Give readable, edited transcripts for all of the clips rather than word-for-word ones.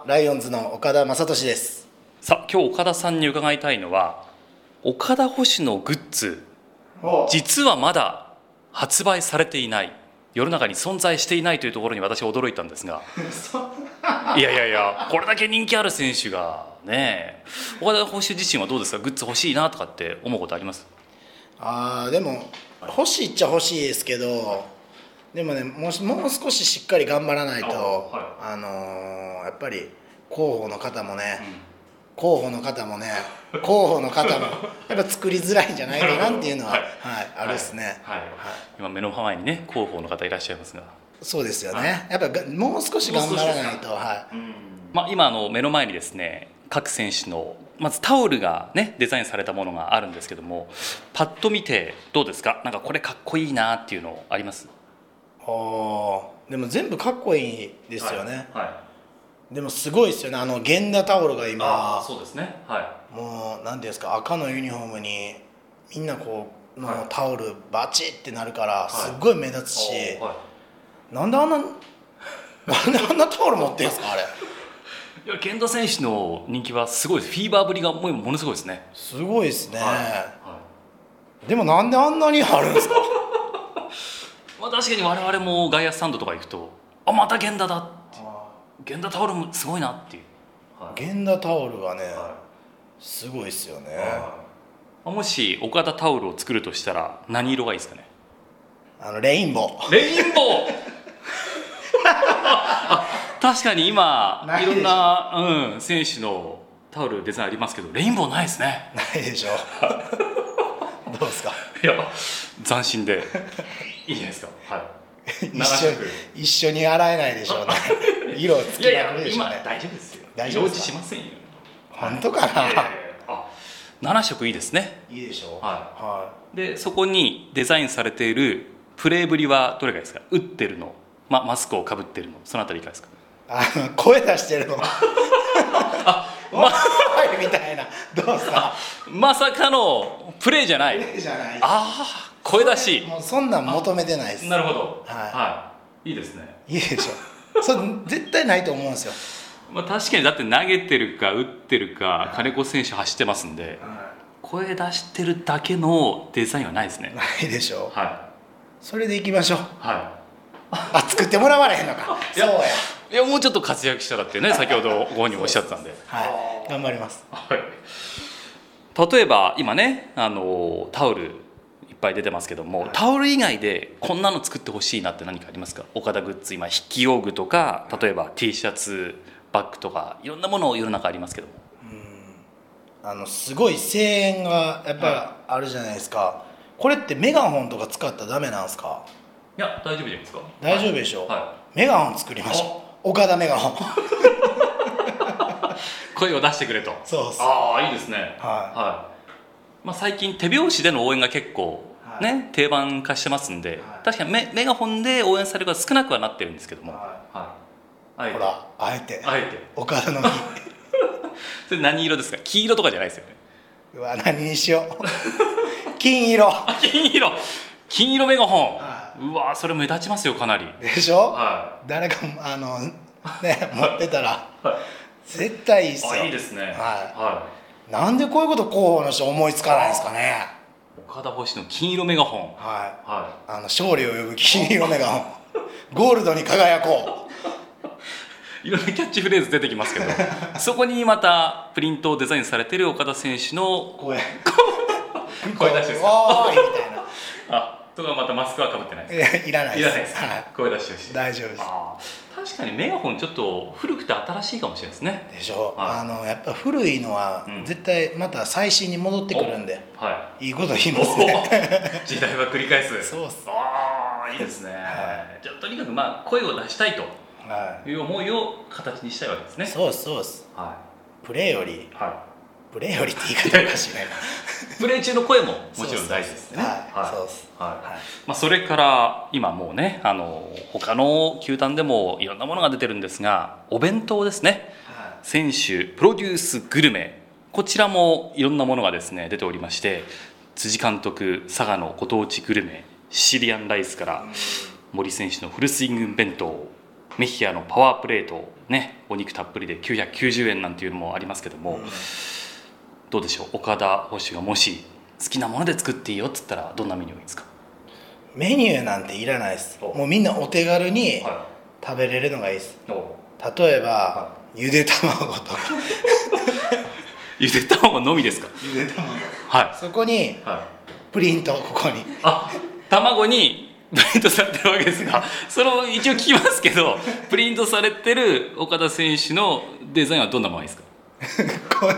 ライオンズの岡田正俊です。 さあ今日岡田さんに伺いたいのは、岡田捕手のグッズ、実はまだ発売されていない、世の中に存在していないというところに私は驚いたんですがいやこれだけ人気ある選手がね、岡田捕手自身はどうですか？グッズ欲しいなとかって思うことあります？ でも欲しいっちゃ欲しいですけど、でもね、もう少ししっかり頑張らないと、やっぱり候補の方もやっぱ作りづらいんじゃないかなっていうのは、あるですね。 今目の前にね広報の方いらっしゃいますが、 そうですよね、やっぱもう少し頑張らないと。 今目の前にですね、各選手のまずタオルがねデザインされたものがあるんですけども、パッと見てどうですか？なんかこれかっこいいなっていうのあります？ でも全部かっこいいですよね。でもすごいですよね、源田タオルが今、 そうですね、 もう何ていうんですか、赤のユニフォームにみんなこうのタオルバチってなるからすっごい目立つし、なんであんなタオル持ってんすかあれ。 いや、源田選手の人気はすごいです。フィーバーぶりがものすごいですね。 すごいですね、でもなんであんなにあるんですか確かに我々も外野スタンドとか行くと、また源田だって、源田タオルもすごいなっていう、 源田タオルがね、すごいですよね。 もし岡田タオルを作るとしたら何色がいいですかね？ レインボー確かに今いろんな、選手のタオルデザインありますけど、レインボーないですね。 ないでしょどうですか？ いや、斬新でいいじゃないですか。 一緒に洗えないでしょうね色つけなくるでしょうね。 今大丈夫ですよ。 大丈夫ですか？ 色落ちしませんよ。 本当かな。 7色いいですね。 いいでしょう。 でそこにデザインされているプレーぶりはどれがいいですか？打ってるの、マスクをかぶってるの、そのあたりいかがですか？ 声出してるのみたいな、どうですか？ まさかのプレーじゃない。声出し。 もうそんなん求めてないです。 なるほど。いいですね。 いいでしょそれ絶対ないと思うんですよ。 確かに、だって投げてるか打ってるか、金子選手走ってますんで、声出してるだけのデザインはないですね。 ないでしょ。それでいきましょう。作ってもらわれへんのか。 そうや。いや、もうちょっと活躍したらってね、先ほどご本人もおっしゃってたんで、 頑張ります。 例えば今ね、タオルいっぱい出てますけども、タオル以外でこんなの作ってほしいなって何かありますか？岡田グッズ、今筆記用具とか、例えば T シャツ、バッグとかいろんなもの世の中ありますけども、 すごい声援がやっぱりあるじゃないですか。これってメガホンとか使ったらダメなんですか？ いや、大丈夫じゃないですか。 大丈夫でしょう。メガホン作りましょう。岡田メガホン声を出してくれと。 そうです。 いいですね。最近手拍子での応援が結構ね、定番化してますんで、確かにメガホンで応援される方が少なくはなってるんですけども、 ほら、あえて岡田のそれ何色ですか？黄色とかじゃないですよね。 何にしよう金色メガホン、それ目立ちますよ、かなりでしょ。誰か持ってたら絶対いいっすよ。 いいですね。 なんでこういうこと候補の人思いつかないんですかね。 岡田捕手の金色メガホン、 勝利を呼ぶ金色メガホンゴールドに輝こういろんなキャッチフレーズ出てきますけどそこにまたプリントをデザインされている岡田選手の声出しですか？みたいなとか、またマスクはかぶってないですか？ いらないです。 声出しをして大丈夫です。 確かにメガホンちょっと古くて新しいかもしれないですね。 でしょ。やっぱ古いのは絶対また最新に戻ってくるんで、いいこと言いますね時代は繰り返す。 そうっす。 いいですね。じゃあとにかく声を出したいという思いを形にしたいわけですね。 そうです。プレーよりって言い方おかしいねプレー中の声ももちろん大事ですね。 そうです。 それから今もうね、他の球団でもいろんなものが出てるんですが、お弁当ですね、選手プロデュースグルメ、こちらもいろんなものがですね出ておりまして、辻監督佐賀のご当地グルメシチリアンライスから森選手のフルスイング弁当、 メヒアのパワープレートね、お肉たっぷりで990円なんていうのもありますけども、どうでしょう、岡田捕手がもし好きなもので作っていいよっつったらどんなメニューがいいですか？ メニューなんていらないです。もうみんなお手軽に食べれるのがいいです。例えば、ゆで卵とかゆで卵のみですか？ ゆで卵、 はい、 そこにプリント、ここに卵にプリントされてるわけですが、それを一応聞きますけど、プリントされてる岡田選手のデザインはどんなものですか？ 声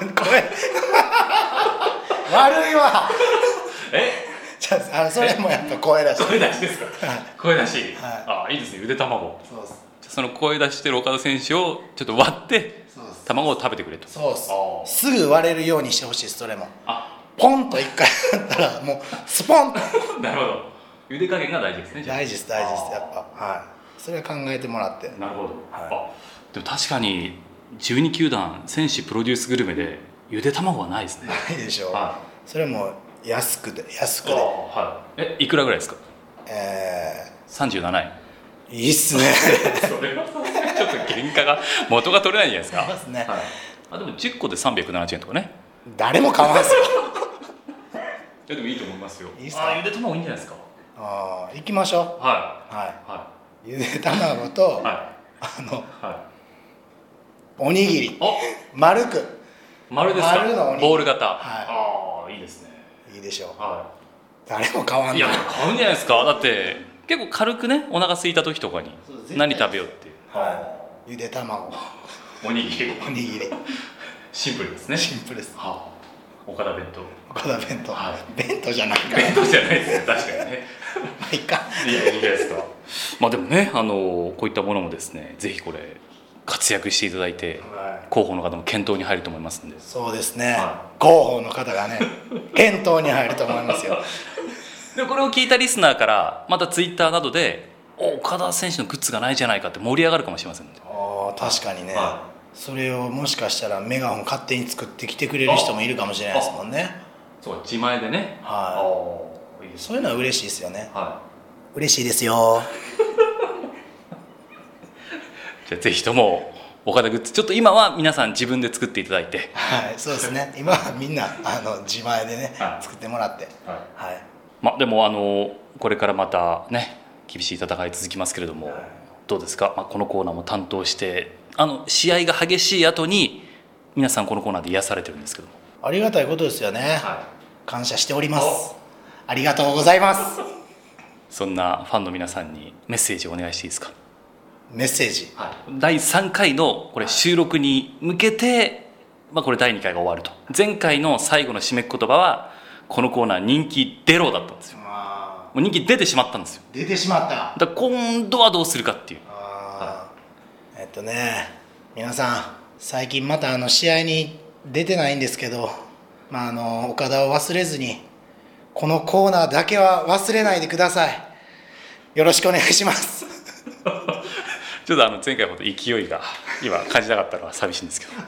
悪いわじゃあそれもやっぱ声出し声出しですか？声出し、いいですね、ゆで卵。 そうです。 その声出してる岡田選手をちょっと割って卵を食べてくれと。 そうです。すぐ割れるようにしてほしいです。それもポンと一回やったらもうスポンとなるほど、茹で加減が大事ですね。 大事ですやっぱ、それは考えてもらって。 なるほど、でも確かに12球団選手プロデュースグルメでゆで卵はないですね。 ないでしょう、それも安くでいくらぐらいですか？37円。 いいっすねそれはちょっと原価が元が取れないじゃないですか。 そうですね、 でも10個で370円とかね。 誰も買わんすよでもいいと思いますよ。 いいっすか？ ゆで卵いいんじゃないですか？ 行きましょう。ゆで卵とおにぎり、丸ですか？丸のおにぎり、 ボール型。いいですね。 いいでしょう。誰も買わんの。 いや買うんじゃないですか。だって結構軽くね、お腹空いた時とかに何食べようっていう。 ゆで卵、 おにぎりシンプルですね。 シンプルです。 岡田弁当。 弁当じゃないか。 弁当じゃないですね、確かにねいいか。 いいじゃないですか。でもね、こういったものもですね、ぜひこれ活躍していただいて、広報の方も検討に入ると思いますんで。 そうですね、広報の方がね検討に入ると思いますよでこれを聞いたリスナーからまたツイッターなどで岡田選手のグッズがないじゃないかって盛り上がるかもしれませんので。 確かにね、それをもしかしたらメガホン勝手に作ってきてくれる人もいるかもしれないですもんね。 そう、自前でね。 そういうのは嬉しいですよね。嬉しいですよじゃあぜひとも岡田グッズ、ちょっと今は皆さん自分で作っていただいて。 そうですね、今はみんな自前でね、作ってもらって、 でもこれからまたね厳しい戦い続きますけれども、どうですか？このコーナーも担当して試合が激しい後に皆さんこのコーナーで癒されてるんですけども。 ありがたいことですよね、感謝しております。ありがとうございます。 そんなファンの皆さんにメッセージをお願いしていいですか？ メッセージ、 第3回のこれ収録に向けて、これ第2回が終わると。前回の最後の締め言葉はこのコーナー人気出ろだったんですよ。もう人気出てしまったんですよ。 出てしまった。 だから今度はどうするかっていう。 皆さん最近また試合に出てないんですけど、岡田を忘れずにこのコーナーだけは忘れないでください。よろしくお願いしますちょっと前回ほど勢いが今感じなかったのは寂しいんですけど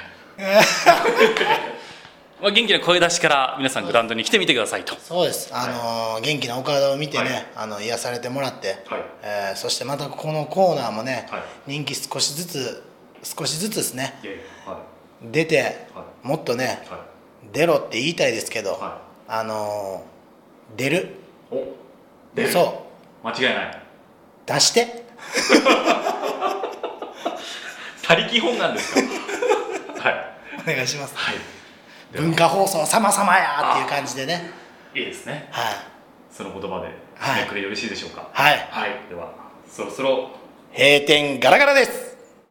元気な声出しから皆さんグラウンドに来てみてくださいと。 そうです、元気な岡田を見てね、癒されてもらって、そしてまたこのコーナーもね、人気少しずつですね、出て、もっとね、出ろって言いたいですけど、出る。そう間違いない。 出して他力本願ですかお願いします。文化放送様々やっていう感じでね。 いいですね。その言葉で締めくれよろしいでしょうか。ではそろそろ閉店ガラガラです。